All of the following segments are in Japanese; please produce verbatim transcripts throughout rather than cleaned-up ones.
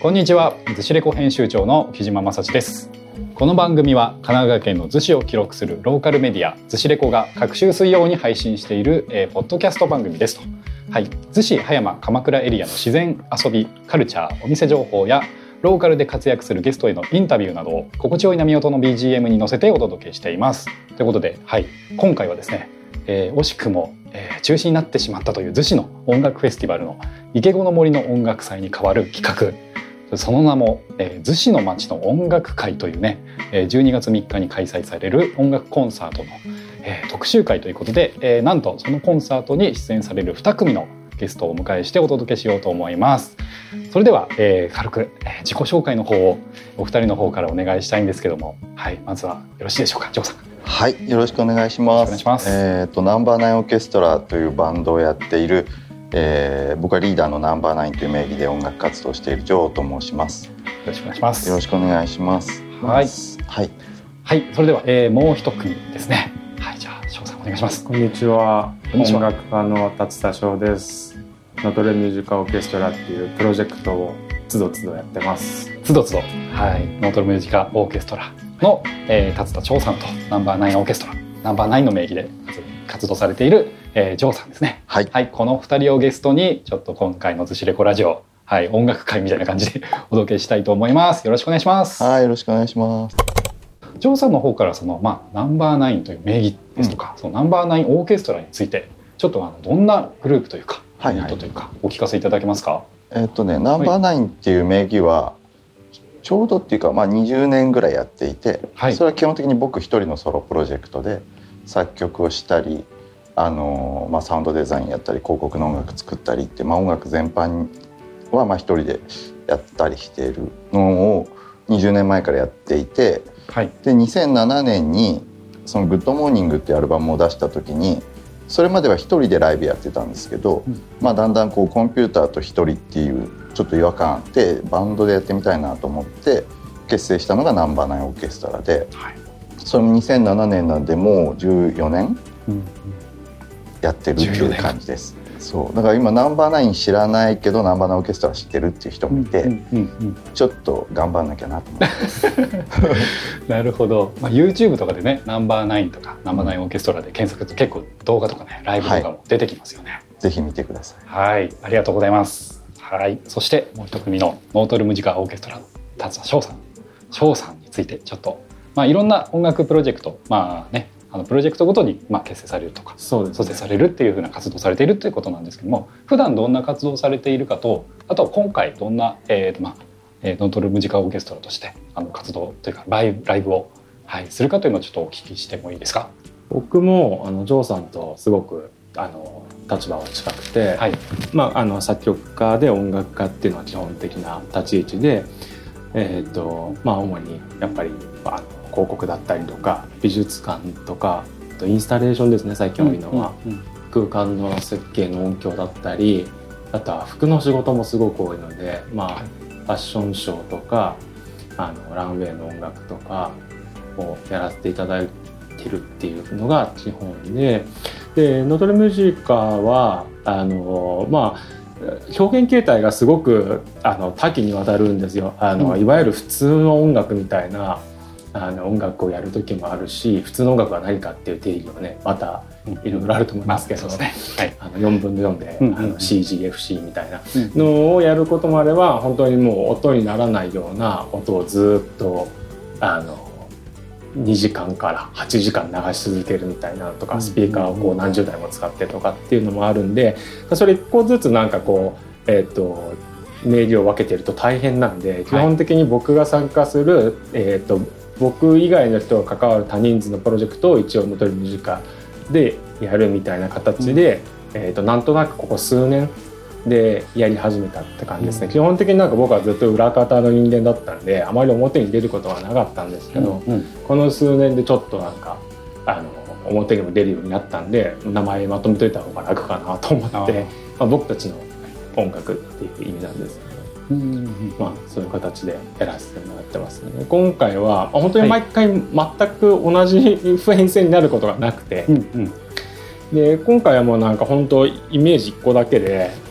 こんにちは、逗子レコ編集長の木島正史です。この番組は神奈川県の逗子を記録するローカルメディア逗子レコが各週水曜に配信している、えー、ポッドキャスト番組ですと。はい、逗子葉山鎌倉エリアの自然遊びカルチャーお店情報やローカルで活躍するゲストへのインタビューなどを心地よい波音の ビージーエム に乗せてお届けしています。ということで、はい、今回はですね、えー、惜しくも、えー、中止になってしまったという逗子の音楽フェスティバルの池子の森の音楽祭に代わる企画、その名も、えー、逗子の街の音楽会というね、えー、じゅうにがつみっかに開催される音楽コンサートの、えー、特集会ということで、えー、なんとそのコンサートに出演されるに組のゲストをお迎えしてお届けしようと思います。それでは、えー、軽く、えー、自己紹介の方をお二人の方からお願いしたいんですけども、はい、まずはよろしいでしょうか。ジョーさん。 はい、よろしくお願いします。 お願いします。 えーと、ナンバーナインオーケストラというバンドをやっている、えー、僕はリーダーのナンバーナインという名義で音楽活動しているジョーと申します。 よろしくお願いします。 よろしくお願いします。 はい、 はい、 はい、それでは、えー、もう一組ですね。はい、じゃあ翔さんお願いします。 こんにちは。 こんにちは。 音楽家の達田翔です。ノトレミュージカオーケストラっていうプロジェクトをつどつどやってます。 つどつど、はい、ノートルミュージカオーケストラの、えー、達田翔さんとナンバーナインオーケストラ、ナンバーナインの名義で活動されている、えー、ジョーさんですね。 はい、はい、 このふたりをゲストにちょっと今回の逗子レコラジオ、はい、音楽会みたいな感じでお届けしたいと思います。よろしくお願いします。 はい、よろしくお願いします。 ジョーさんの方からその、まあ、ナンバーナインという名義ですとか、うん、そのナンバーナインオーケストラについてちょっとあのどんなグループというかユニットというかお聞かせいただけますか。 えーっとね、ナンバーナインっていう名義はちょうどっていうか、まあ、にじゅうねんぐらいやっていて、はい、それは基本的に僕一人のソロプロジェクトで作曲をしたり、あの、まあ、サウンドデザインやったり広告の音楽作ったりって、まあ、音楽全般はまあ一人でやったりしているのをにじゅうねんまえからやっていて、はい、でにせんななねんにそのグッドモーニングっていうアルバムを出した時にそれまでは一人でライブやってたんですけど、うん、まあ、だんだんこうコンピューターと一人っていうちょっと違和感あってバンドでやってみたいなと思って結成したのがナンバーナインオーケストラで、はい、それもにせんななねんなんでもうじゅうよねんやってるっていう感じです。そうだから今ナンバーナイン知らないけどナンバーナインオーケストラ知ってるっていう人もいて、うんうんうんうん、ちょっと頑張んなきゃなと思ってなるほど、まあ、YouTube とかでねナンバーナインとかナンバーナインオーケストラで検索すると結構動画とかねライブ動画も出てきますよね。はい、 ぜひ見てください。 はい、ありがとうございます。はい、そしてもう一組のノートルムジカオーケストラの達田翔さん。翔さんについてちょっと、まあ、いろんな音楽プロジェクト、まあね、あのプロジェクトごとにまあ結成されるとかそうですね、 創設されるっていう風な活動されているということなんですけども、普段どんな活動をされているかと、あとは今回どんな、えーとまあえー、ノートルムジカオーケストラとしてあの活動というかライブ、ライブを、はい、するかというのをちょっとお聞きしてもいいですか。 僕もあのジョーさんとすごくあの立場は近くて、はい、まあ、あの作曲家で音楽家っていうのは基本的な立ち位置で、えーとまあ、主にやっぱりあの広告だったりとか美術館とかインスタレーションですね。最近多いのは、うんうんうん、空間の設計の音響だったり、あとは服の仕事もすごく多いので、まあ、はい、ファッションショーとかあのランウェイの音楽とかをやらせていただいてるっていうのが基本で、でノートルミュージカはあのまあ表現形態がすごくあの多岐にわたるんですよ。あの、うん、いわゆる普通の音楽みたいなあの音楽をやる時もあるし、普通の音楽は何かっていう定義はねまたいろいろあると思いますけど、うん、まあ、そうですね、はい、あのよんぶんのよんで、うんうんうん、あの シージーエフシー みたいなのをやることもあれば、本当にもう音にならないような音をずっとあのにじかんからはちじかん流し続けるみたいなとか、スピーカーをこう何十台も使ってとかっていうのもあるんで、それ一個ずつなんかこうえっと名義を分けてると大変なんで、基本的に僕が参加する、えっと僕以外の人が関わる多人数のプロジェクトを一応ノートルミュージカでやるみたいな形で、うん、えっとなんとなくここ数年でやり始めたって感じですね。うん、基本的になんか僕はずっと裏方の人間だったんであまり表に出ることはなかったんですけど、うんうん、この数年でちょっとなんかあの表にも出るようになったんで、名前まとめといた方が楽かなと思って、あ、まあ、僕たちの音楽っていう意味なんですけど、うんうんうん、まあ、そういう形でやらせてもらってますね。今回は本当に毎回全く同じ編成になることがなくて、はい、うんうん、で今回はもうなんか本当イメージいっこだけで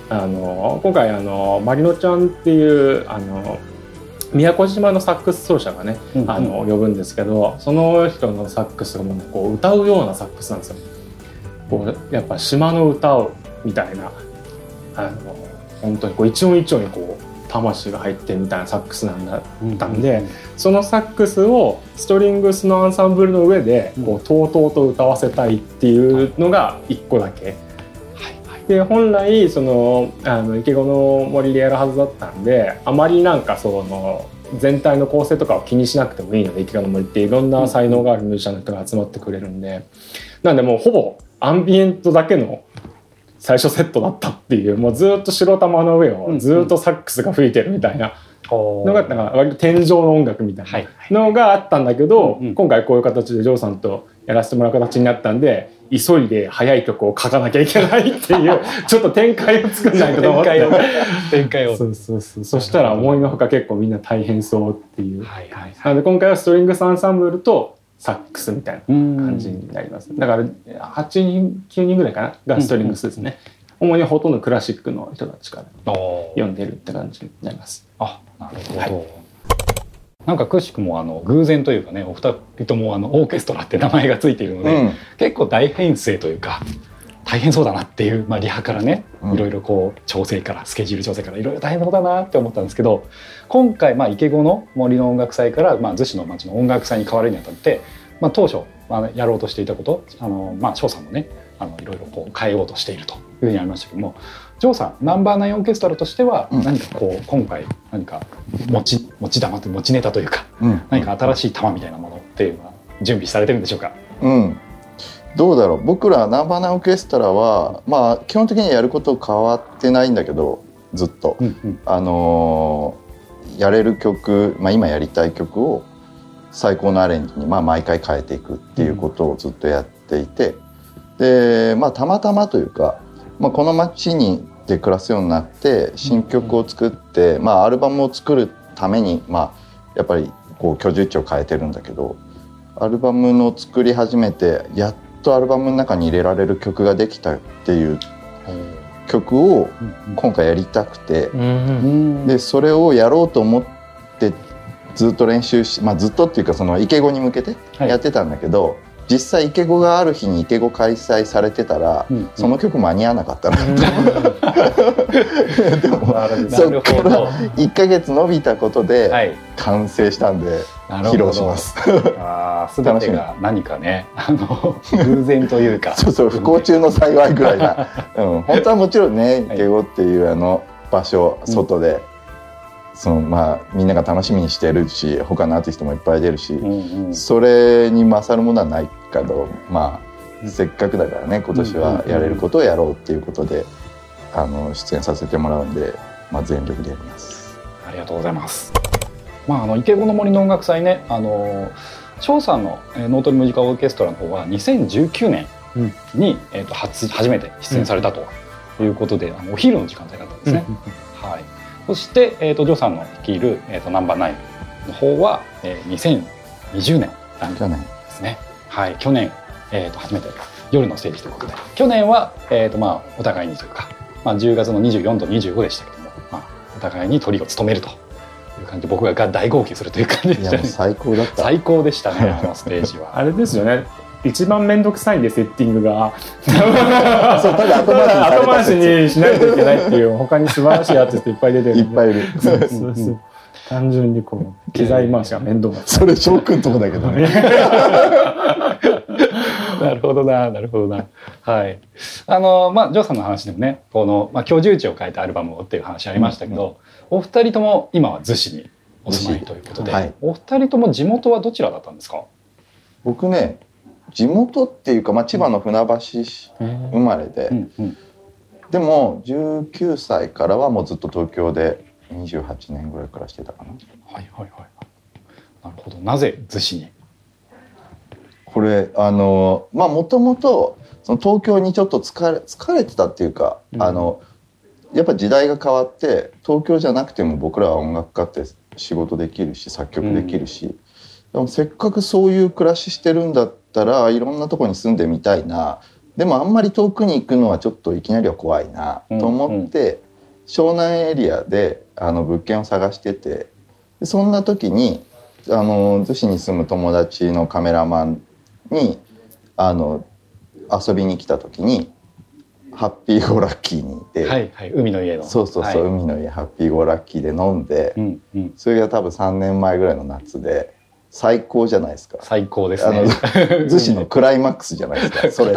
あの今回あのマリノちゃんっていうあの宮古島のサックス奏者がね、うんうん、あの呼ぶんですけど、その人のサックスがもうこう歌うようなサックスなんですよ。こうやっぱ島の歌をみたいな、あの本当にこう一音一音にこう魂が入ってみたいなサックスなんだったんで、うんうんうん、そのサックスをストリングスのアンサンブルの上でこうとうとうと歌わせたいっていうのがいっこだけ。で本来そのあの池子の森でやるはずだったんで、あまりなんかその全体の構成とかを気にしなくてもいいので、池子の森っていろんな才能があるミュージシャンの人が集まってくれるんで、なんでもうほぼアンビエントだけの最初セットだったっていう、もうずっと白玉の上をずっとサックスが吹いてるみたいなのがなんか割と天井の音楽みたいなのがあったんだけど、今回こういう形でジョーさんとやらせてもらう形になったんで、急いで速い曲を書かなきゃいけないっていうちょっと展開を作んないとと思って展開を展開をそうそうそう、そしたら思いのほか結構みんな大変そうっていう、はいはいはい、なので今回はストリングスアンサンブルとサックスみたいな感じになります。だからはちにんきゅうにんぐらいかながストリングスですね、うんうん、主にほとんどクラシックの人たちから読んでるって感じになります。 あ、なるほど、はい。なんかくしくもあの偶然というかね、お二人ともあのオーケストラって名前がついているので、うん、結構大編成というか大変そうだなっていう、まあ、リハからね、いろいろこう調整からスケジュール調整からいろいろ大変そうだなって思ったんですけど、今回まあ池子の森の音楽祭からまあ逗子の町の音楽祭に変わるにあたって、まあ、当初まあやろうとしていたこと、あのまあ翔さんもね、あのいろいろこう変えようとしているというふうにありましたけども、ジョーさんナンバーナインオーケストラとしては何かこう、うん、今回何か持ち持ち玉と持ちネタというか、うん、何か新しい玉みたいなものっていうのは準備されてるんでしょうか？ うん、どうだろう。僕らナンバーナインオーケストラはまあ基本的にやること変わってないんだけど、ずっと、うんうん、あのー、やれる曲、まあ、今やりたい曲を最高のアレンジにまあ毎回変えていくっていうことをずっとやっていて、で、まあ、たまたまというか、まあ、この街にで暮らすようになって新曲を作って、まあ、アルバムを作るために、まあ、やっぱりこう居住地を変えてるんだけど、アルバムの作り始めてやっとアルバムの中に入れられる曲ができたっていう曲を今回やりたくて、でそれをやろうと思ってずっと練習し、まあ、ずっとっていうかその池子に向けてやってたんだけど、はい、実際池子がある日に池子開催されてたら、うん、その曲間に合わなかったな、うん、でもそこからいっかげつ伸びたことで完成したんで披露します。 あ、全てが何かね、あの偶然というかそうそう、不幸中の幸いぐらいな、うん、本当はもちろんね、池子っていうあの場所外で、うん、そのまあ、みんなが楽しみにしてるし他のアーティストもいっぱい出るし、うんうん、それに勝るものはないけど、まあ、せっかくだからね今年はやれることをやろうっていうことで、あの出演させてもらうんで、まあ、全力でやります。 ありがとうございます。まあ、あの池子の森の音楽祭ね、あの翔さんのノートリムジカオーケストラの方はにせんじゅうきゅうねんに、うん、えー、と 初, 初めて出演されたということで、うん、あのお昼の時間帯だったんですね、うん、はい。そして、えー、とジョーさんの率いる、えー、とナンバーナインの方は、えー、にせんにじゅうねんですね。はい、去年、えー、と初めて夜のステージということで、去年は、えーとまあ、お互いにというか、まあ、じゅうがつのにじゅうよっかとにじゅうごでしたけども、まあ、お互いにトリを務めるという感じで、僕が大号泣するという感じでしたね。いや、 最高だった。 最高でしたね、あのステージは。 あれですよね、一番面倒くさいんでセッティングがそうただ後回しにしないといけないっていう、他に素晴らしいアーティストいっぱい出てるんでいっぱいいるそうそうそう、単純にこう機材回しが面倒だった。 それ翔くんとこだけどねなるほどな、なるほどな。はい。あのまあジョーさんの話でもね、この、まあ、居住地を変えたアルバムをっていう話ありましたけど、うんうん、お二人とも今は逗子にお住まいということで、はい、お二人とも地元はどちらだったんですか？ 僕ね、地元っていうか、まあ、千葉の船橋市生まれで、うんうん、でもじゅうきゅうさいからはもうずっと東京でにじゅうはちねんぐらいからしてたかな。 はいはいはい。なるほど。なぜ逗子に？ これあのまあもともとその東京にちょっと疲れ疲れてたっていうか、うん、あのやっぱ時代が変わって東京じゃなくても僕らは音楽家って仕事できるし作曲できるし、うん、でもせっかくそういう暮らししてるんだったらいろんなとこに住んでみたいな、 でもあんまり遠くに行くのはちょっといきなりは怖いなと思って、うんうん、湘南エリアであの物件を探してて、でそんな時にあの逗子に住む友達のカメラマンにあの遊びに来た時にハッピーゴーラッキーにいて、 はいはい、海の家のそうそうそう、はい、海の家ハッピーゴーラッキーで飲んで、うんうん、それが多分さんねんまえぐらいの夏で最高じゃないですか。 最高ですね。 逗子のクライマックスじゃないですか。それ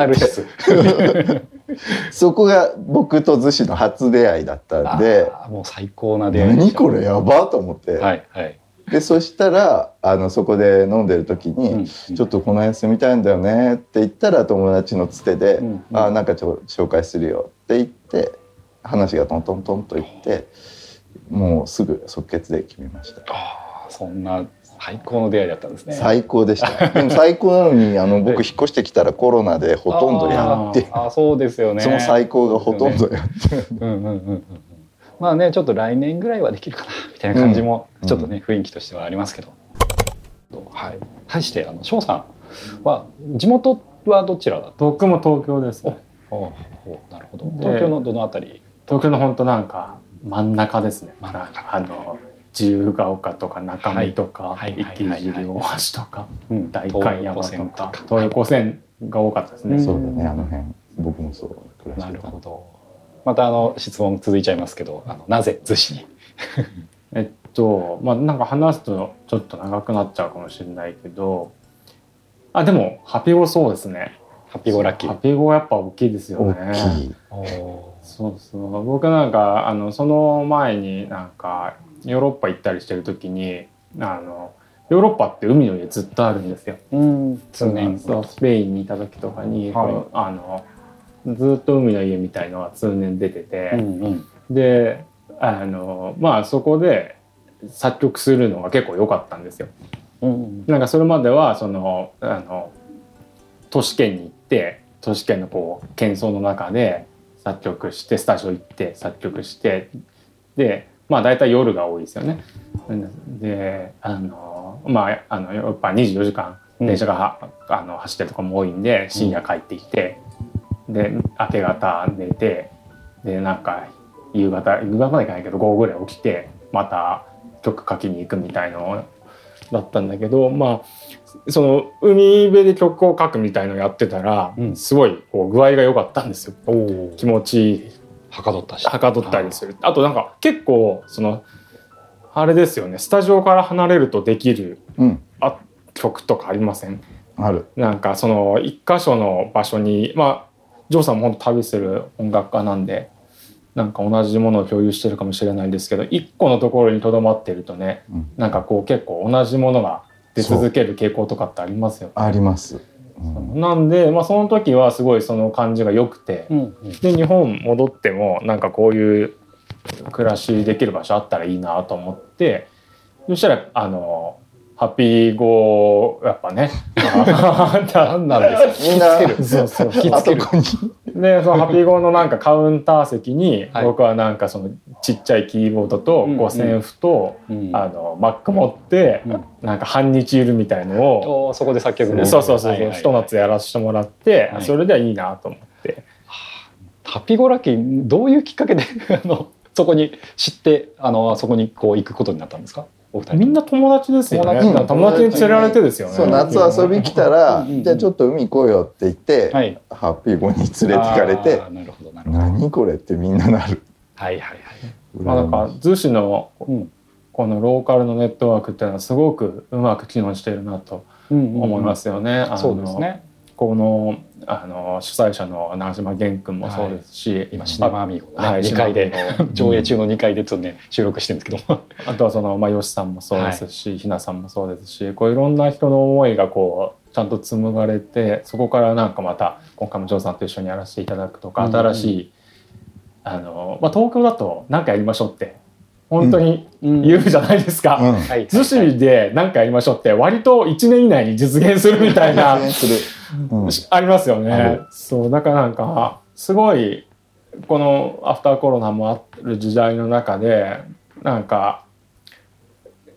そこが僕と逗子の初出会いだったんで、 もう最高な出会い。 何これやばと思って。 はいはい。 でそしたらあのそこで飲んでる時に、うんうん、ちょっとこの辺住みたいんだよねって言ったら友達のつてで、うんうん、あなんかちょ紹介するよって言って話がトントントンと言ってもうすぐ即決で決めました。 あそんな最高の出会いだったんですね。 最高でした。でも最高なのにあの僕引っ越してきたらコロナでほとんどやって、 ああそうですよね。 その最高がほとんどやって、 うんうんうんうん。まあねちょっと来年ぐらいはできるかなみたいな感じもちょっとね、うん、雰囲気としてはありますけど、はい。対してあの翔さんは地元はどちらだったんですか？ 僕も東京ですね。 おおなるほど。東京のどのあたり？ 東京の本当なんか真ん中ですね。真ん中あの自由が丘とか中目とか池尻大橋とか代官山とか東横線が多かったですね。 そうだねあの辺僕もそう暮らしてた。 なるほど。またあの質問続いちゃいますけど、あのなぜ逗子にえっとまあなんか話すとちょっと長くなっちゃうかもしれないけど、あでもハピゴそうですね。 ハピゴラッキー。 ハピゴやっぱ大きいですよね。 大きい。 そうそう僕なんかあのその前になんかヨーロッパ行ったりしてる時にあのヨーロッパって海の家ずっとあるんですよ。 うん、 そうそうスペインにいた時とかに、はい、あのずっと海の家みたいのが通年出てて、うんうん、であのまあそこで作曲するのが結構良かったんですよ。うんうん、なんかそれまではそのあの都市圏に行って都市圏のこう喧騒の中で作曲してスタジオ行って作曲してでまあ大体夜が多いですよね。であのまああのやっぱにじゅうよじかん電車が、うん、あの走ってるとこも多いんで深夜帰ってきて、うん、で明け方寝てでなんか夕方夕方までいかないけどごごぐらい起きてまた曲書きに行くみたいのだったんだけど、まあその海辺で曲を書くみたいのをやってたら、うん、すごいこう具合が良かったんですよ。気持ちいい。 はかどったしはかどったりする。あとなんか結構そのあれですよねスタジオから離れるとできる、うん、あ曲とかありません？ ある。 なんかその一箇所の場所にまあジョーさんも本当旅する音楽家なんでなんか同じものを共有してるかもしれないんですけど一個のところにとどまってるとね、うん、なんかこう結構同じものが出続ける傾向とかってありますよね。 あります。 うん、なんで、まあ、その時はすごいその感じが良くて、うんうん、で日本戻ってもなんかこういう暮らしできる場所あったらいいなと思ってそしたらあのハッピーゴーやっぱね何なんですかみんなそうそう引きつけるでそのハッピーゴーのなんかカウンター席に僕はなんかそのちっちゃいキーボードと五線譜と、うんうん、あの Mac 持って、うん、なんか半日いるみたいのをそこで作曲もそうそうそうそうひと夏やらせてもらって、はい、それではいいなと思って、 ハッピーゴーラッキーどういうきっかけであのそこに知ってあのそこにこう行くことになったんですか？ みんな友達ですよね。友達、友達に連れられてですよね。 そう夏遊び来たら、うん、じゃあちょっと海行こうよって言って、はい、ハッピーゴーに連れてかれて、 なるほどなるほど何これってみんななる。 はいはいはい。 まあなんか逗子のこのローカルのネットワークっていうのはすごくうまく機能しているなと思いますよね。うんうんうん、 そうですね。 このあの主催者の長島源君もそうですし、はい、 今シネマアミーゴ、ねはい、にかいで上映中のにかいでちょっとね収録してるんですけどあとはその、まあ、吉さんもそうですし、はい、ひなさんもそうですしこういろんな人の思いがこうちゃんと紡がれてそこからなんかまた今回もジョーさんと一緒にやらせていただくとか、うんうん、新しいあの、まあ、東京だと何かやりましょうって本当に言うじゃないですか。逗子、うんうん、で何かやりましょうって割といちねん以内に実現するみたいなうん、ありますよね。そうだからなんかすごいこのアフターコロナもある時代の中でなんか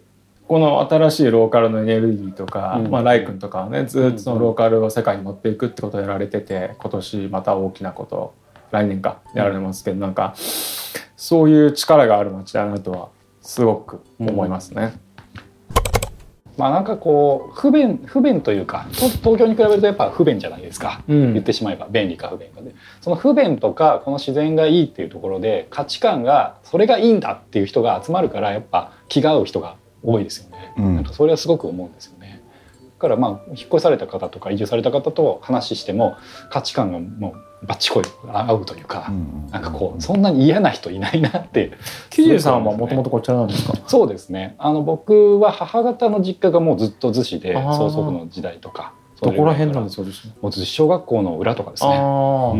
この新しいローカルのエネルギーとか、うん、まあ、ライ君とかはねずっとそのローカルを世界に持っていくってことをやられてて、今年また大きなこと来年かやられますけど、うん、なんかそういう力がある街だなとはすごく思いますね。うん、 まあなんかこう不便不便というか東京に比べるとやっぱ不便じゃないですか、うん、言ってしまえば便利か不便かで、その不便とかこの自然がいいっていうところで価値観がそれがいいんだっていう人が集まるからやっぱ気が合う人が多いですよね、うん、なんかそれはすごく思うんですよね。だからまあ引っ越された方とか移住された方と話しても価値観がもうバッチコイ合うというか、うん、なんかこうそんなに嫌な人いないなって。 木地さんはもともとこちらなんですか？ そうですね、あの僕は母方の実家がもうずっと逗子で曽祖父の時代とか。 どこら辺なんですか？ もう逗子小学校の裏とかですね。あ、うん、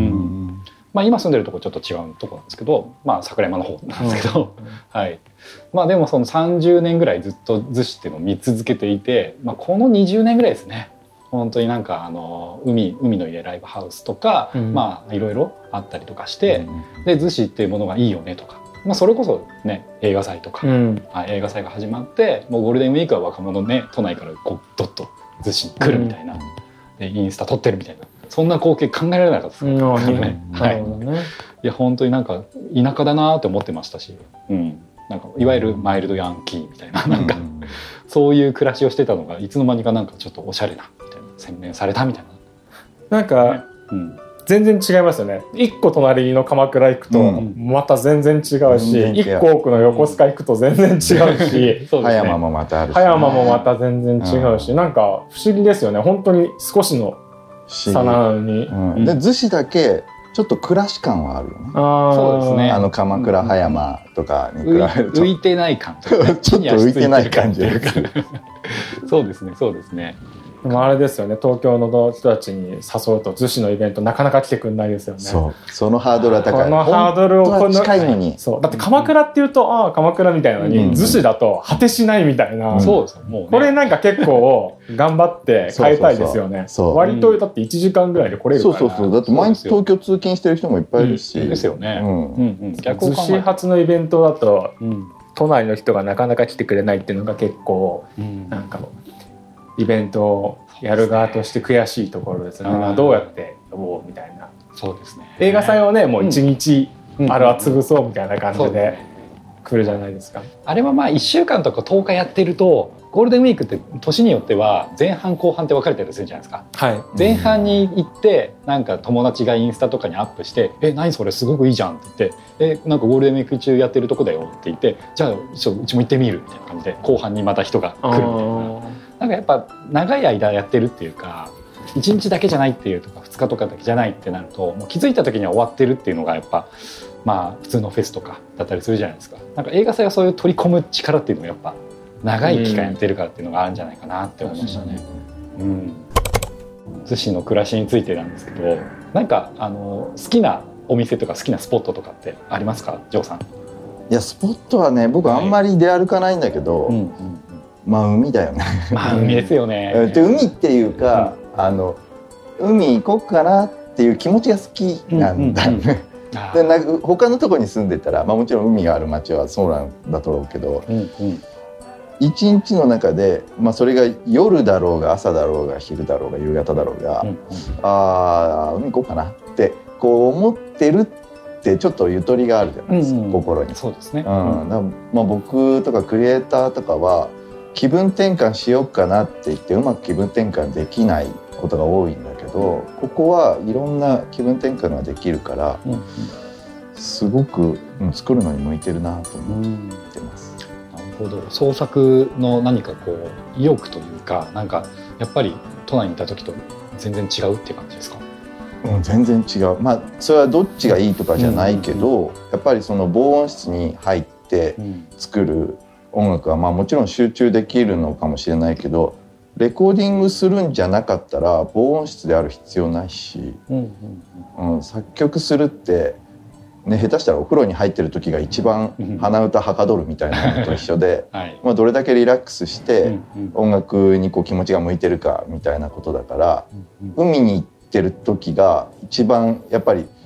まあ、今住んでるとこちょっと違うとこなんですけど、まあ桜山の方なんですけど、うん、はい。まあでもそのさんじゅうねんぐらいずっと逗子っていうのを見続けていて、まあ、このにじゅうねんぐらいですね。本当になんかあの 海, 海の家ライブハウスとか、うん、まあいろいろあったりとかして、うん、で逗子っていうものがいいよねとか、まあ、それこそね映画祭とか、うん、映画祭が始まってもうゴールデンウィークは若者ね都内からこうドッと逗子に来るみたいな、うん、でインスタ撮ってるみたいな、そんな光景考えられなかったですね。うんね、はい、ね、いや本当になんか田舎だなって思ってましたし、うん、なんかいわゆるマイルドヤンキーみたいな、なんか、うん、そういう暮らしをしてたのがいつの間にかなんかちょっとおしゃれなみたいな、洗練されたみたいな、なんか、ね、うん、全然違いますよね。一個隣の鎌倉行くとまた全然違うし、うん、一個奥の横須賀行くと全然違うし、 うん、葉山もまたあるし、 葉山もまた全然違うし、うん、なんか不思議ですよね。本当に少しの差なのに、 うん、で逗子だけちょっと暮らし感はあるよね。あ、そうですね。あの鎌倉葉山とかに比べると浮いてない感とか、 ね、ちょっと浮いてない感じるそうですね、そうですね。 でもあれですよね、東京の人たちに誘うと逗子のイベントなかなか来てくんないですよね。 そう、そのハードルは高い。 このハードルを本当は近いのに、 そうだって鎌倉っていうと、うん、ああ鎌倉みたいなのに、うん、逗子だと果てしないみたいな、うん、そうですよ、もう、ね、これなんか結構頑張って変えたいですよね。そうそうそう、割とだっていちじかんぐらいで来れるから、 そうそうそう、だって毎日東京通勤してる人もいっぱいいるし、 うん、ですよね、うんうんうん、 逗子発のイベントだと、うん、都内の人がなかなか来てくれないっていうのが結構、うん、なんかイベントをやる側として悔しいところですね。まあ、どうやって呼ぼうみたいな。 そうですね。 映画祭をねもう一日あれは潰そうみたいな感じで来るじゃないですか。 あれはまあいっしゅうかんとかとおかやってるとゴールデンウィークって年によっては前半後半って分かれてたりするじゃないですか。はい、前半に行ってなんか友達がインスタとかにアップして「え何それすごくいいじゃん」って言って「えなんかゴールデンウィーク中やってるとこだよ」って言って「じゃあちょうちも行ってみる」みたいな感じで後半にまた人が来るみたいな。なんかやっぱ長い間やってるっていうかいちにちだけじゃないっていうとかふつかとかだけじゃないってなるともう気づいた時には終わってるっていうのがやっぱまあ普通のフェスとかだったりするじゃないですか。なんか映画祭はそういう取り込む力っていうのがやっぱ長い期間やってるからっていうのがあるんじゃないかなって思いましたね。うん、逗子の暮らしについてなんですけど、なんかあの好きなお店とか好きなスポットとかってありますか、ジョーさん？ いやスポットはね僕あんまり出歩かないんだけど、はい、うんうん、まあ海だよね。 まあ海ですよね。 で海っていうか、うん、あの海行こうかなっていう気持ちが好きなんだよね。うんうんうん、でなんか他のとこに住んでたら、まあ、もちろん海がある町はそうなんだと思うけど、うんうん、一日の中で、まあ、それが夜だろうが朝だろうが昼だろうが夕方だろうが、うんうん、ああ海行こうかなってこう思ってるってちょっとゆとりがあるじゃないですか、うんうん、心に。 そうですね。 うん、だまあ、僕とかクリエイターとかは気分転換しようかなって言ってうまく気分転換できないことが多いんだけど、ここはいろんな気分転換ができるから、うんうん、すごく、うん、作るのに向いてるなと思ってます。 うん、なるほど。創作の何かこう意欲というか、なんかやっぱり都内にいた時と全然違うっていう感じですか？ うん、全然違う。まあそれはどっちがいいとかじゃないけど、うんうんうん、やっぱりその防音室に入って作る音楽は、まあもちろん集中できるのかもしれないけど、レコーディングするんじゃなかったら防音室である必要ないし、うんうんうん、作曲するって、ね、下手したらお風呂に入ってる時が一番鼻歌はかどるみたいなのと一緒で、はい、まあ、どれだけリラックスして音楽にこう気持ちが向いてるかみたいなことだから、海に行ってる時が一番やっぱり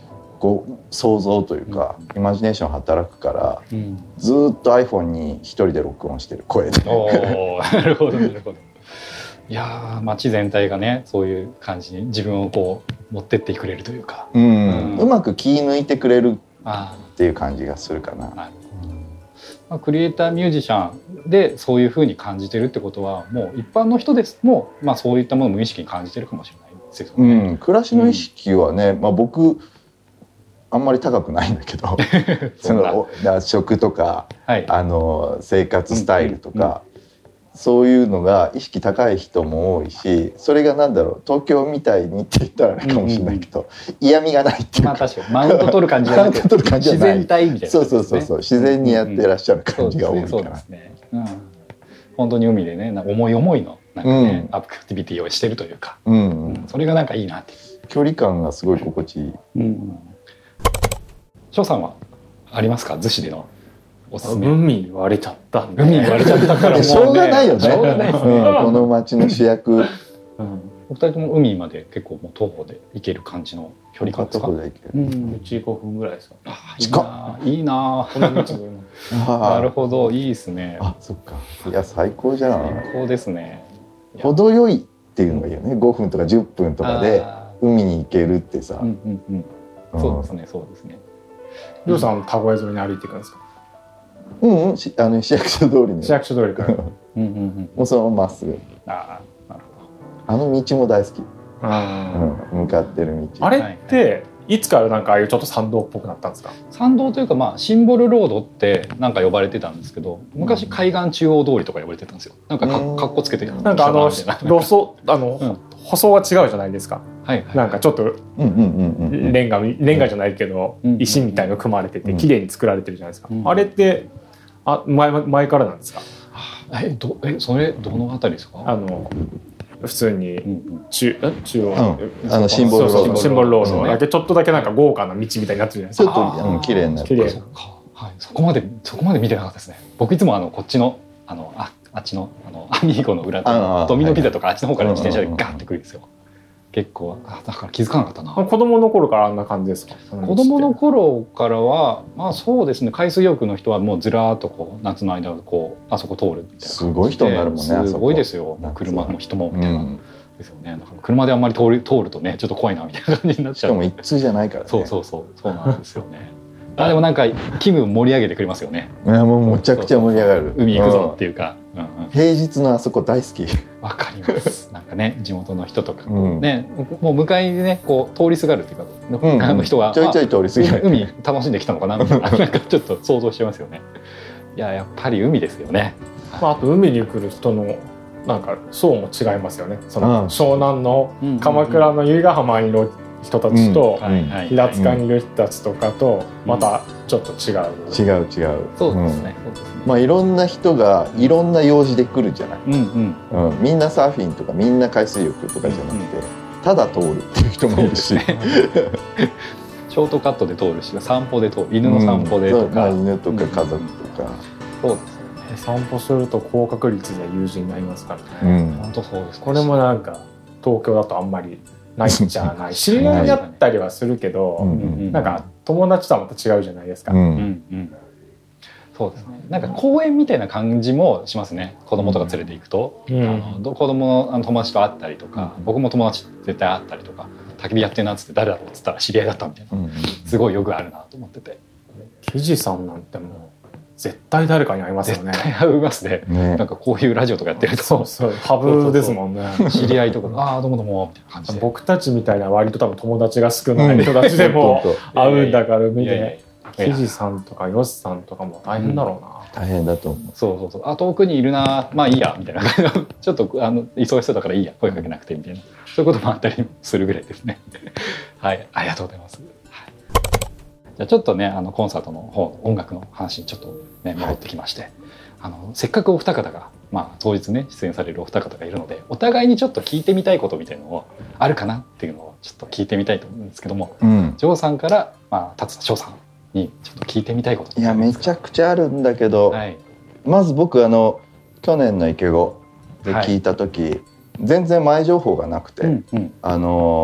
こう想像というか、うん、イマジネーション働くから、うん、ずっと iPhone に一人で録音してる声でおなるほどなるほど。いや街全体がねそういう感じに自分をこう持ってってくれるというか、 うんうん、うまく気抜いてくれるっていう感じがするかな。なるほど、 まあ、クリエイターミュージシャンでそういう風に感じてるってことはもう一般の人ですも、まあ、そういったものを無意識に感じてるかもしれないですよね、 うん、暮らしの意識はね、うんまあ、僕あんまり高くないんだけどその食とか、はい、あの生活スタイルとか、うんうんうん、そういうのが意識高い人も多いし、それがなんだろう東京みたいにって言ったらあれかもしれないけど、うんうん、嫌味がないっていうか、まあ、確かにマウント取る感じじゃなくて自然体みたいな、ね、 そうそうそうそう自然にやってらっしゃる感じが多いから、 本当に海でね思い思いのなんか、ねうん、アクティビティをしてるというか、うんうん、それがなんかいいなって距離感がすごい心地いい。うん、 翔さんはありますか逗子でのおすすめ。 海言われちゃったんで海言われちゃったからもう、ね、 しょうがないよね。しょうがないですね、うん、この街の主役、うん、 お二人とも海まで結構もう徒歩で行ける感じの距離感ですか。 徒歩で行ける、うん、 うちごふんぐらいですか。 あ近いいなこの道なるほどいいですね。 あそっかいや最高じゃん。 最高ですね。 程よいっていうのがいいよね。ごふんとかじゅっぷんとかで海に行けるってさ、うんうんうんうん、そうですねそうですね。 りょうさん田越沿いに歩いていくんですか。 うんうんあの市役所通りに市役所通りからうんうん、うん、もうそのまままっすぐ。あなるほど。あの道も大好き。あ、うん、向かってる道。 あれっていつからなんかああいうちょっと参道っぽくなったんですか。 参道というかまあシンボルロードってなんか呼ばれてたんですけど、昔海岸中央通りとか呼ばれてたんですよ。なんかかっこつけてなんかあの路層あの、うん、舗装は違うじゃないですか。はいはい、なんかちょっとレンガレンガじゃないけど、うん、石みたいの組まれてて綺麗に作られてるじゃないですか。うん、あれってあ 前, 前からなんですか。 えどえそれどのあたりですか。 あの普通に中、うん、中央、 うん、あのシンボルロードシンボルロードだけちょっとだけなんか豪華な道みたいになってるじゃないですか。 ちょっと、うん、綺麗になってる。 はい、そこまでそこまで見てなかったですね。僕いつもあのこっちのあの あ, あっちのあのアミーゴの裏とドミノピザとかあっちの方から自転車でガーってくるんですよ。結構あだから気づかなかったな。 子供の頃からあんな感じですか。 子供の頃からはまあそうですね。海水浴の人はもうずらーっとこう夏の間こうあそこ通るみたいな感じで。 すごい人になるもんね。 すごいですよ。車も人もみたいな、うん、ですよね。だから車であんまり通る通るとねちょっと怖いなみたいな感じになっちゃう。しかも一通じゃないからね。 そうそうそうそうなんですよね。あでもなんか気分盛り上げてくれますよね。 いやもうめちゃくちゃ盛り上がる。 海行くぞっていうか、うんうん、 平日のあそこ大好き。 わかります。なんかね地元の人とか、うん、ねもう向かいでねこう通りすがるっていうか、うんうん、あの人がちょいちょい通りすぎる。 海楽しんできたのかなみたいななんかちょっと想像してますよね。いややっぱり海ですよね。 まあ、あと海に来る人のなんか層も違いますよね。その湘南の鎌倉の由比ヶ浜にいる人たちと、うん、平塚にいる人たちとかとまたちょっと違う、 うん、違う違う。 そうですね。 まあいろんな人がいろんな用事で来るじゃない、うんうんうん、みんなサーフィンとかみんな海水浴とかじゃなくて、うん、ただ通るっていう人もいるし、ね、 ショートカットで通るし散歩で通る犬の散歩でとか、うんまあ、 犬とか家族とか、うん、 そうです散歩すると高確率で友人になりますからね、うん、本当そうです。 これもなんか東京だとあんまりないんじゃない知り合いだったりはするけど、うん、なんか友達とはまた違うじゃないですか、うんうんうん、 そうですね。なんか公園みたいな感じもしますね。子供とか連れて行くと、うん、あの子供のあの友達と会ったりとか、うん、僕も友達絶対会ったりとか焚き火やってるなっつって誰だろうっつったら知り合いだったみたいな、うん、すごいよくあるなと思ってて。 記事さんなんてもう絶対誰かに会いますよね。 絶対会いますね。ねなんかこういうラジオとかやってるとそうそうハブですもんね。 知り合いとかああどうもどうもみたいな感じで僕たちみたいな割と多分友達が少ない人たちでも会うんだから見て記事さんとかヨシさんとかも大変だろうな、 うん、大変だと思う。 そうそうそうあ遠くにいるなまあいいやみたいなちょっとあの忙しそうだからいいや声かけなくてみたいなそういうこともあったりするぐらいですね。はいありがとうございます。じゃあちょっとねあのコンサートの方音楽の話にちょっとね戻ってきまして、はい、あのせっかくお二方が、まあ、当日ね出演されるお二方がいるのでお互いにちょっと聞いてみたいことみたいなのをあるかなっていうのをちょっと聞いてみたいと思うんですけども、うん、ジョーさんから、まあ、達田翔さんにちょっと聞いてみたいことっていやめちゃくちゃあるんだけど、はい、まず僕あの去年の池子で聞いた時、はい、全然前情報がなくて、うんうん、あのー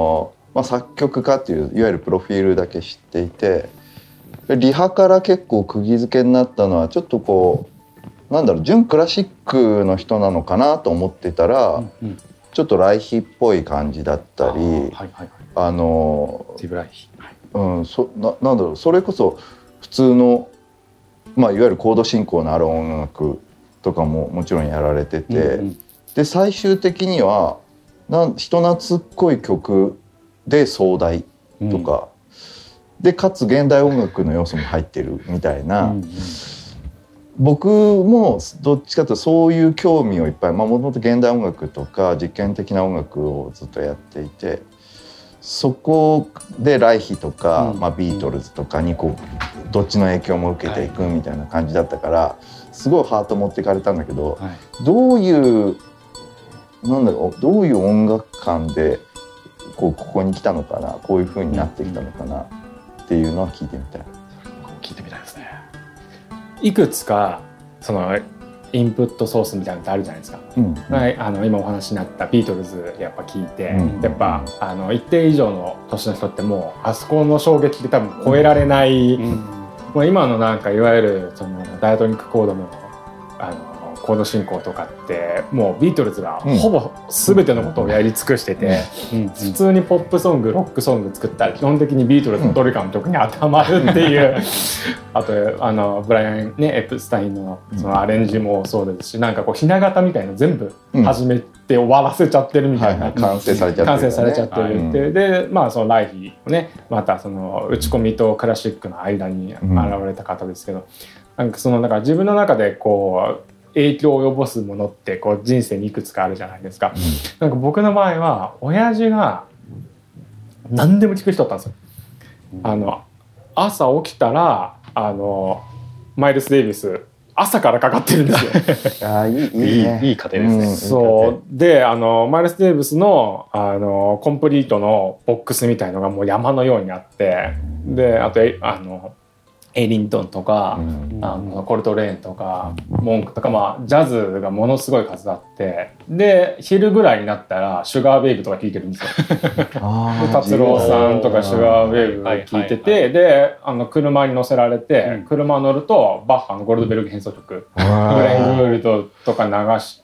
まあ、作曲家っていういわゆるプロフィールだけ知っていて、リハから結構釘付けになったのはちょっとこうなんだろう純クラシックの人なのかなと思ってたら、うんうん、ちょっとライヒっぽい感じだったり、あ、はいはいはい、あのスティーブ・ライヒ、 うん、そ な, なんだろうそれこそ普通の、まあ、いわゆるコード進行のある音楽とかももちろんやられてて、うんうん、で最終的にはなん人懐っこい曲で壮大とか、うん、でかつ現代音楽の要素も入ってるみたいな、うんうん、僕もどっちかというとそういう興味をいっぱいもともと現代音楽とか実験的な音楽をずっとやっていて、そこでライヒとか、うんまあ、ビートルズとかにこうどっちの影響も受けていくみたいな感じだったから、すごいハート持っていかれたんだけど、はい、どういうなんだろうどういう音楽観でこうここに来たのかな、こういう風になってきたのかなっていうのは聞いてみたい。 聞いてみたいですね。 いくつかそのインプットソースみたいなのってあるじゃないですか、うんうん、あの今お話になったビートルズやっぱ聞いて、うん、やっぱあの一定以上の年の人ってもうあそこの衝撃で多分超えられない、うんうん、もう今のなんかいわゆるそのダイアトニックコードのあのコード進行とかってもうビートルズがほぼ全てのことをやり尽くしてて、うんうん、普通にポップソングロックソング作ったら基本的にビートルズのどれかの曲に当てはまるっていう、うん、あとあのブライアン、ね、エプスタイン の, そのアレンジもそうですし、なんかこうひな形みたいなの全部始めて終わらせちゃってるみたいな、 うんはいはい、完成されちゃってる、ね、 完成されちゃってるって、はい、でまあそのライヒをねまたその打ち込みとクラシックの間に現れた方ですけど、うん、なんかそのだから自分の中でこう影響を及ぼすものってこう人生にいくつかあるじゃないですか、うん、なんか僕の場合は親父が何でも聞く人だったんですよ、うん、あの朝起きたらあのマイルス・デイビス朝からかかってるんですよあいい、いいね、 いい、いい家庭ですね、うん、 そうであのマイルス・デイビス の, あのコンプリートのボックスみたいのがもう山のようにあって、であとあのエリントンとか、うん、あのコルトレーンとかモンクとか、まあ、ジャズがものすごい数あって、で昼ぐらいになったらシュガーベイブとか聴いてるんですよ達郎さんとかシュガーベイブ聴いてて、はいはいはい、であの車に乗せられて、うん、車乗るとバッハのゴールドベルグ変奏曲グレン・グールドとか流して、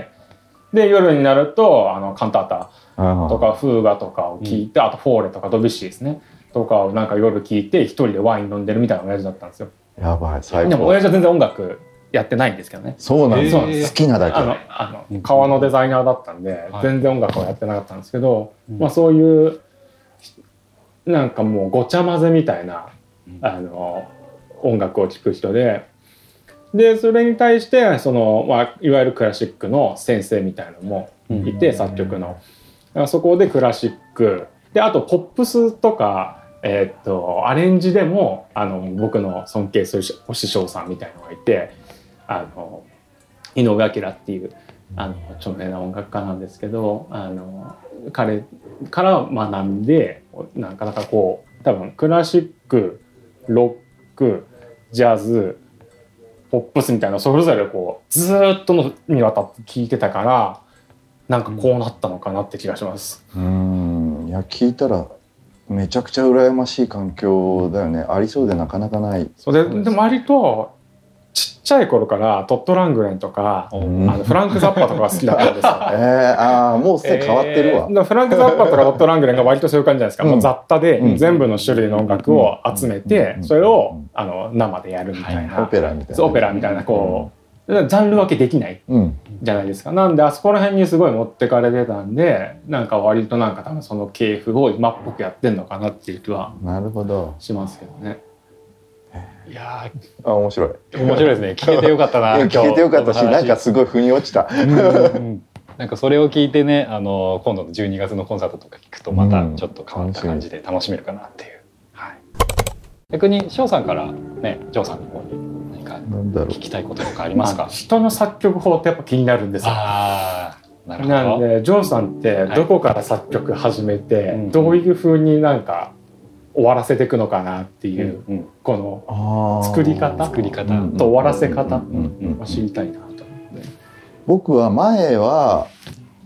で夜になるとあのカンタータとかフーガとかを聴いて、あとフォーレとかドビュッシーですねとかをなんか夜聞いて一人でワイン飲んでるみたいな親父だったんですよ。 やばい最高。 でも親父は全然音楽やってないんですけどね。 そうなんです、えー、好きなだけ。 あのあの革のデザイナーだったんで、はい、全然音楽はやってなかったんですけど、うん、まあそういうなんかもうごちゃ混ぜみたいな、うん、あの音楽を聴く人で、でそれに対してその、まあ、いわゆるクラシックの先生みたいなのもいて、うん、作曲のそこでクラシックで、あとポップスとかえー、っとアレンジでもあの僕の尊敬するお師匠さんみたいのがいて、あの井上彰っていうあの著名な音楽家なんですけど、あの彼から学んでなかなかこう多分クラシックロックジャズポップスみたいなそれぞれこうずっとのにわたって聴いてたから、なんかこうなったのかなって気がします。 うーん、いや聞いたらめちゃくちゃ羨ましい環境だよね。ありそうでなかなかない。 そうで、でも割とちっちゃい頃からトット・ラングレンとか、うん、あのフランク・ザッパとかが好きだったんですよ。 えー、あもうすでに変わってるわ、 えー、フランク・ザッパとかトット・ラングレンが割とそういう感じじゃないですか、うん、もう雑多で全部の種類の音楽を集めてそれをあの生でやるみたいな、 はい、オペラみたいなオペラみたいなこうジャンル分けできないじゃないですか、うん、なんであそこら辺にすごい持ってかれてたんで、なんか割となんか多分その系譜を今っぽくやってんのかなっていう気はしますけどね。 いやあ面白い面白いですね。聞けてよかったな聞けてよかったし、なんかすごい腑に落ちた、うんうん、 なんかそれを聞いてね、あの今度のじゅうにがつのコンサートとか聞くとまたちょっと変わった感じで楽しめるかなっていう、うんはい、逆に翔さんからね、ジョーさんの方に聞きたいこととかありますか？ まあ、人の作曲法ってやっぱ気になるんですよ。 あなるほど。 なんでジョーさんってどこから作曲始めて、はい、どういう風になんか終わらせていくのかなっていう、うんうん、この作り方作り方と終わらせ方を知りたいなと思って。 僕は前は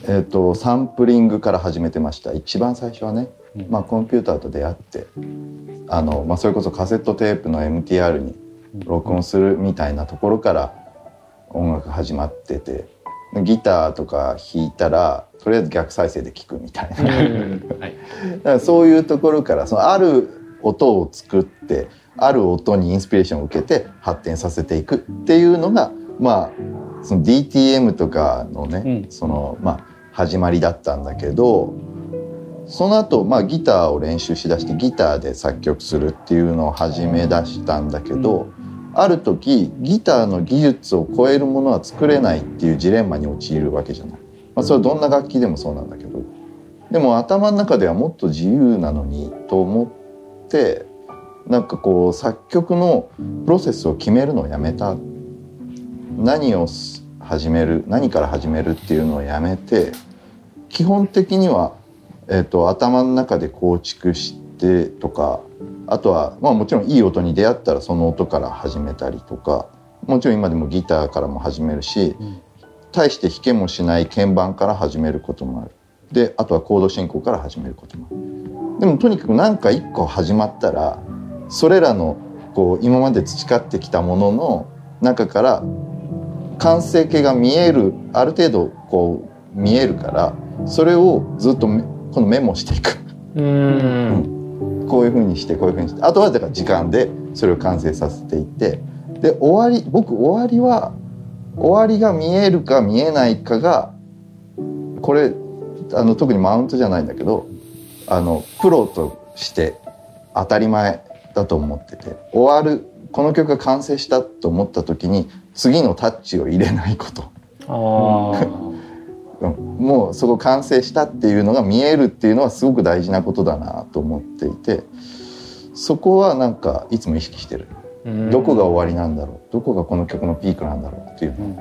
えーと、サンプリングから始めてました。一番最初はね、まあ、コンピューターと出会ってあの、まあ、それこそカセットテープの エムティーアール に録音するみたいなところから音楽始まってて、ギターとか弾いたらとりあえず逆再生で聴くみたいな、はい、だからそういうところからそのある音を作ってある音にインスピレーションを受けて発展させていくっていうのが、まあ、その ディーティーエム とかのね、うん、そのまあ始まりだったんだけど、その後、まあギターを練習しだしてギターで作曲するっていうのを始め出したんだけど、うん、ある時ギターの技術を超えるものは作れないっていうジレンマに陥るわけじゃない。まあ、それはどんな楽器でもそうなんだけど、でも頭の中ではもっと自由なのにと思って、なんかこう作曲のプロセスを決めるのをやめた。何を始める、何から始めるっていうのをやめて、基本的には、えーと、頭の中で構築してとか、あとは、まあ、もちろんいい音に出会ったらその音から始めたりとか、もちろん今でもギターからも始めるし、うん、大して弾けもしない鍵盤から始めることもある。で、あとはコード進行から始めることもある。でもとにかく何か一個始まったら、それらのこう今まで培ってきたものの中から完成形が見える、ある程度こう見えるから、それをずっと今度メモしていく。うーん、こういう風にしてこういう風にして、あとはだから時間でそれを完成させていって、で終わり、僕終わりは終わりが見えるか見えないかが、これあの特にマウントじゃないんだけど、あのプロとして当たり前だと思ってて、終わる、この曲が完成したと思った時に次のタッチを入れないこと。あもうそこ完成したっていうのが見えるっていうのはすごく大事なことだなと思っていて、そこはなんかいつも意識してる。どこが終わりなんだろう、どこがこの曲のピークなんだろうっていうの、うんうん、だ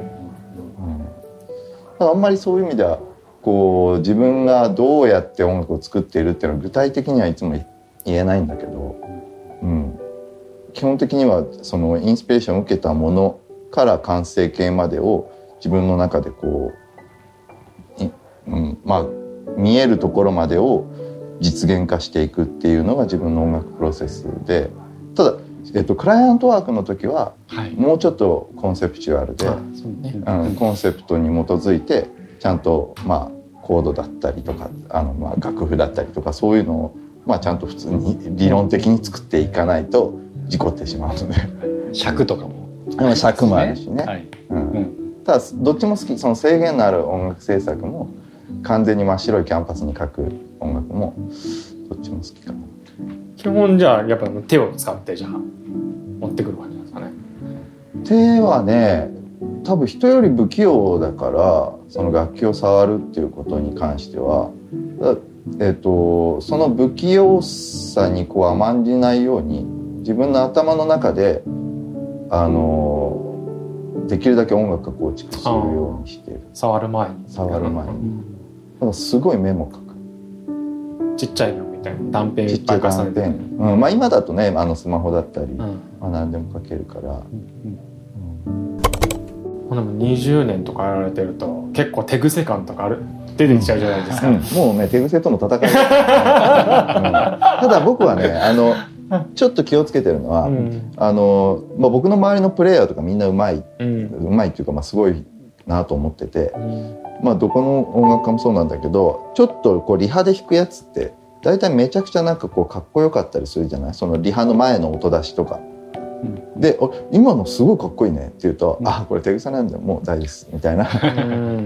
からあんまりそういう意味ではこう自分がどうやって音楽を作っているっていうのは具体的にはいつも言えないんだけど、うん、基本的にはそのインスピレーションを受けたものから完成形までを自分の中でこう、うん、まあ見えるところまでを実現化していくっていうのが自分の音楽プロセスで、ただ、えっと、クライアントワークの時はもうちょっとコンセプチュアルで、はい、うん、コンセプトに基づいてちゃんとまあコードだったりとか、あのまあ楽譜だったりとか、そういうのをまあちゃんと普通に理論的に作っていかないと事故ってしまうので尺とかも、 ね、尺もあるしね、はい、うんうん、ただどっちも好き。その制限のある音楽制作も完全に真っ白いキャンパスに書く音楽もどっちも好きかな。 基本じゃあやっぱ手を使ってじゃあ持ってくる感じなんですかね。 手はね、多分人より不器用だから、その楽器を触るっていうことに関しては、えーと、その不器用さにこう甘んじないように自分の頭の中であのできるだけ音楽を構築するようにしている。 触る前に触る前に、うん、だからすごいメモ書く。 ちっちゃいのみたいな断片いっぱい重ねて、 うん、まあ今だとね、あのスマホだったり、うん、まあ、何でも書けるから、うんうん、でもにじゅうねんとかやられてると結構手癖感とかある出てきちゃうじゃないですか、うん、 もうね手癖との戦い、うん、ただ僕はね、あのちょっと気をつけてるのは、うん、あのまあ、僕の周りのプレイヤーとかみんなうまい、うん、うまいっていうか、まあ、すごいなと思ってて、うん、まあ、どこの音楽家もそうなんだけど、ちょっとこうリハで弾くやつって大体めちゃくちゃなんかこうかっこよかったりするじゃない。そのリハの前の音出しとか、うん、で今のすごいかっこいいねって言うと、うん、あこれ手癖なんだよ、もう大丈夫ですみたいな、うん、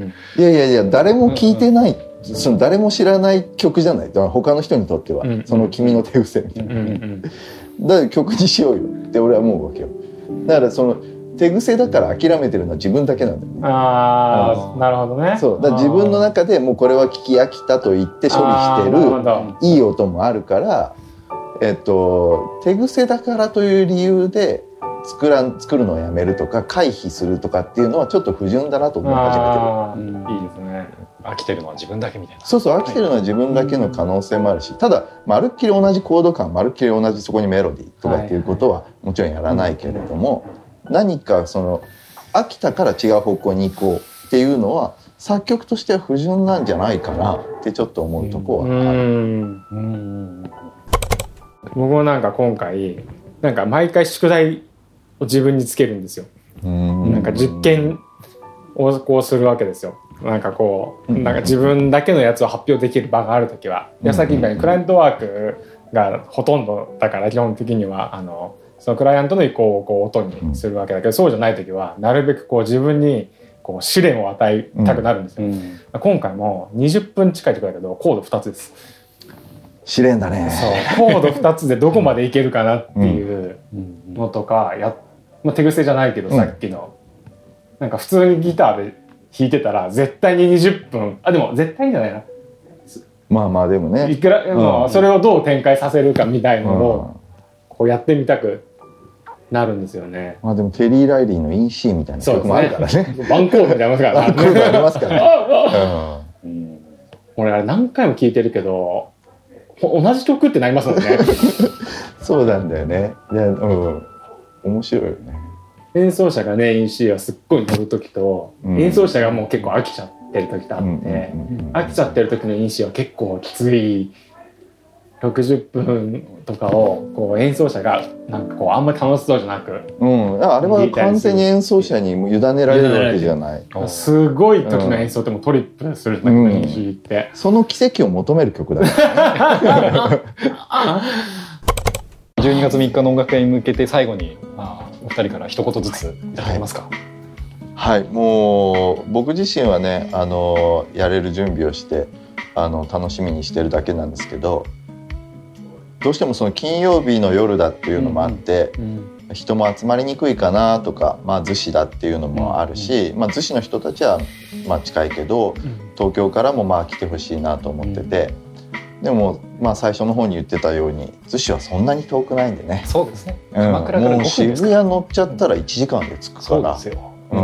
いやいやいや誰も聴いてない、うんうん、その誰も知らない曲じゃない、他の人にとっては、うん、その君の手癖みたいな、うんうん、だから曲にしようよって俺は思うわけよ。だからその手癖だから諦めてるのは自分だけなんだよね。 ああ、なるほどね。 そうだから自分の中でもうこれは聞き飽きたと言って処理してるいい音もあるから、えっと、手癖だからという理由で作らん作るのをやめるとか回避するとかっていうのはちょっと不純だなと思い始めてる。 うん、いいですね。 飽きてるのは自分だけみたいな。 そうそう、飽きてるのは自分だけの可能性もあるし、ただまるっきり同じコード感、まるっきり同じそこにメロディーとかっていうことはもちろんやらないけれども、何かその飽きたから違う方向に行こうっていうのは作曲としては不純なんじゃないかなってちょっと思うとこはある。うんうん僕もなんか今回なんか毎回宿題を自分につけるんですよ。うんなんか実験をこうするわけですよ。なんかこうなんか自分だけのやつを発表できる場があるときは、いやさっきみたいにクライアントワークがほとんどだから基本的にはあのそのクライアントの意向をこう音にするわけだけど、そうじゃないときはなるべくこう自分にこう試練を与えたくなるんですよ。うん、今回もにじゅっぷん近いところだけどコードふたつです。 試練だね。 そうコードふたつでどこまでいけるかなっていうのとかや、まあ、手癖じゃないけどさっきの、うん、なんか普通にギターで弾いてたら絶対ににじゅっぷんあでも絶対じゃないなまあまあでもねいくら、うん、それをどう展開させるかみたいのをこうやってみたくなるんですよね。 まあでもテリー・ライリーのインシーみたいな曲もあるからね。 ワンコードでありますからね。 ワンコードありますからね。 うん、俺あれ何回も聴いてるけど同じ曲ってなりますもんね。 そうなんだよね。で、うん、面白いよね。 演奏者がね イーシー はすっごい乗る時と、うん、演奏者がもう結構飽きちゃってる時とあって、うんうんうん、飽きちゃってる時の イーシー は結構きついろくじゅっぷんとかをこう演奏者がなんかこうあんまり楽しそうじゃなく、 うん、あれは完全に演奏者に委ねられるわけじゃない。 すごい時の演奏ってもトリップするんだけど、うん、イーシー ってその奇跡を求める曲だからね。 じゅうにがつみっかの音楽会に向けて最後に、まあ、お二人から一言ずついただけますか。 はい、はい、もう僕自身はねあのやれる準備をしてあの楽しみにしてるだけなんですけど、どうしてもその金曜日の夜だっていうのもあって、うんうん、人も集まりにくいかなとか、まあ、逗子だっていうのもあるし、うんまあ、逗子の人たちはまあ近いけど東京からもまあ来てほしいなと思ってて、うん、でもまあ最初の方に言ってたように逗子はそんなに遠くないんでね。 そうですね、 うん、鎌倉からごふんですから。もう渋谷乗っちゃったらいちじかんで着くから、 そうですよ、 うん、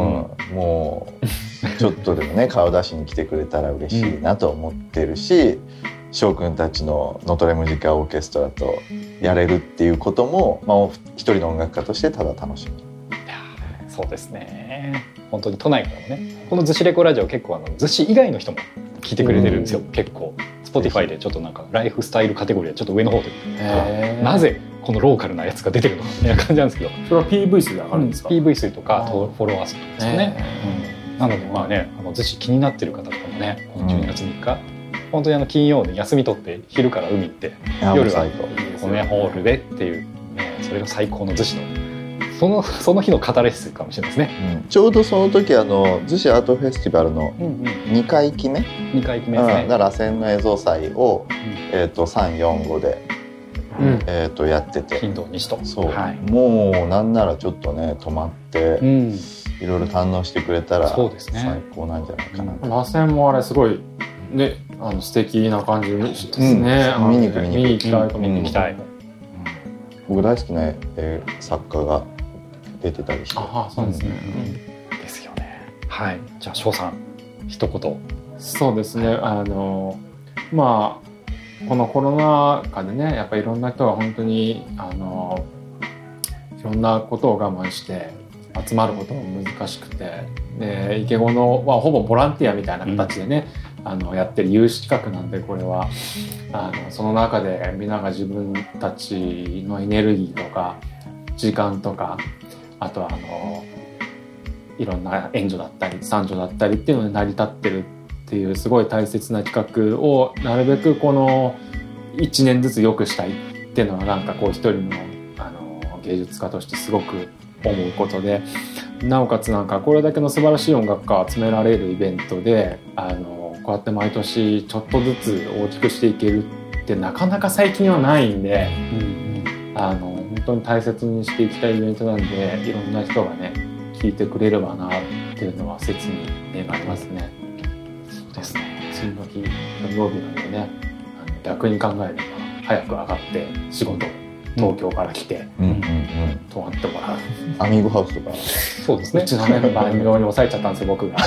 もうちょっとでもね顔出しに来てくれたら嬉しいなと思ってるし、翔くんたちのノートレムジカオーケストラとやれるっていうことも、まあ、一人の音楽家としてただ楽しみ。いやそうですね。本当に都内からもねこの逗子レコラジオ結構あの逗子以外の人も聞いてくれてるんですよ、うん、結構 Spotify でちょっとなんかライフスタイルカテゴリーはちょっと上の方でなぜこのローカルなやつが出てるのかみたいな感じなんですけど、 それは ピーブイ 数で上がるんですか？ ピーブイ 数とかフォロワー数とかですよね、うん、なのでまあねあの逗子気になってる方とかもねこのじゅうにがつみっか、うん、本当にあの金曜に休み取って昼から海行って夜はこのホールでっていう、ね、それが最高の逗子のそのその日のカタレシスかもしれないですね、 うん、ちょうどその時あの逗子アートフェスティバルのにかいきめ、 うんうん、にかいきめですね、 うん、だから螺旋の映像祭を、うんえー、とさん、よん、ごで、うんえー、とやってて金土日とそう、はい、もうなんならちょっとね泊まって、うん、いろいろ堪能してくれたら最高なんじゃないかなと、 うん、螺旋もあれすごいねあの素敵な感じですね、 うん、見に行く見に行きたいと見に行きたい、うん、 僕大好きな、えー、作家が出てたりして。 ああそうですね、 うん、ですよね。はい。じゃあ翔さん一言。 そうですね。あのまあこのコロナ禍でねやっぱりいろんな人が本当にあのいろんなことを我慢して集まることも難しくて、でイケゴのはほぼボランティアみたいな形でね、うん、あのやってる有資格なんでこれはあのその中でみんなが自分たちのエネルギーとか時間とかあとはあのいろんな援助だったり賛助だったりっていうので成り立ってるっていうすごい大切な企画をなるべくこのいちねんずつ良くしたいっていうのはなんかこう一人の、あの芸術家としてすごく思うことで、なおかつなんかこれだけの素晴らしい音楽家を集められるイベントであのこうやって毎年ちょっとずつ大きくしていけるってなかなか最近はないんで、うん、あの本当に大切にしていきたいイベントなんでいろんな人がね聞いてくれればなっていうのは切に願いますね。 そうですね。 次の日土曜日なんでねあの逆に考えれば早く上がって仕事東京から来て、うんうんうん、泊まってもらうアミーゴハウスとかそうですね。 うちのメンバーに抑えちゃったんですよ僕が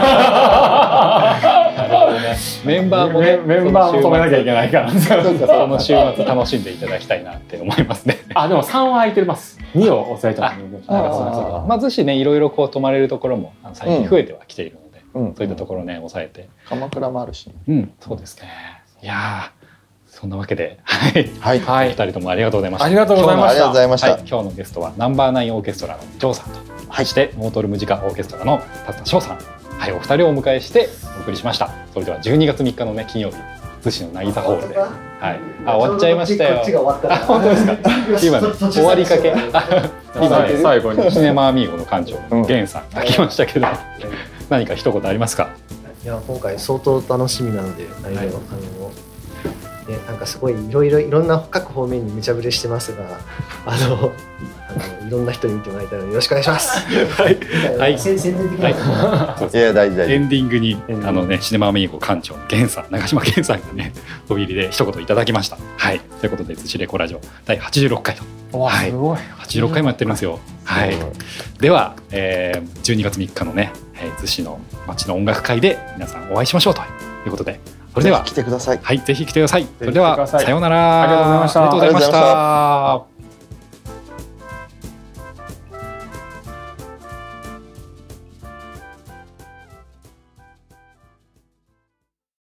メンバーもねメンバーも止めなきゃいけないからその週末楽しんでいただきたいなって思いますね。 あでもさんは空いてます。にを抑えちゃったまあ逗子ねいろいろこう泊まれるところも最近増えてはきているので、 うん、そういったところね抑えて鎌倉もあるし、ね、 うんそうですね。いやそんなわけではいはい、はい、ふたりともありがとうございました。 ありがとうございました。ありがとうございました、 はい、今日のゲストはナンバーナインオーケストラのジョーさんと、はい、そしてモートルムジカオーケストラのタ田翔さん、はい、お二人をお迎えしてお送りしました。それではじゅうにがつみっかのね金曜日逗子の渚ホールで、はい、あ終わっちゃいましたよ。こっちが終わったあ本当ですか今ね終わりかけ今ね最後にシネマアミーゴの館長の源さんが来ましたけど、何か一言ありますか？ いや今回相当楽しみなので、はい、あのね、なんかすごいいろいろいろんな各方面に無茶ぶりしてますが、あのあのいろんな人に見てもらえたらよろしくお願いします。はい、はい、宣伝的な、 はい、いや大事大事。 エンディングにあのねシネマアミーゴ館長の源さん、長島源さんがね飛び入りで一言いただきました。はい、ということで「逗子レコラジオ」だいはちじゅうろっかいと、はい、すごいはちじゅうろっかいもやってるんですよ。はい、では、えー、じゅうにがつみっかのね逗子の街の音楽会で皆さんお会いしましょうということで。それではぜひ来てください。 はい、ぜひ来てください。それではさようなら。 ありがとうございました。 ありがとうございました。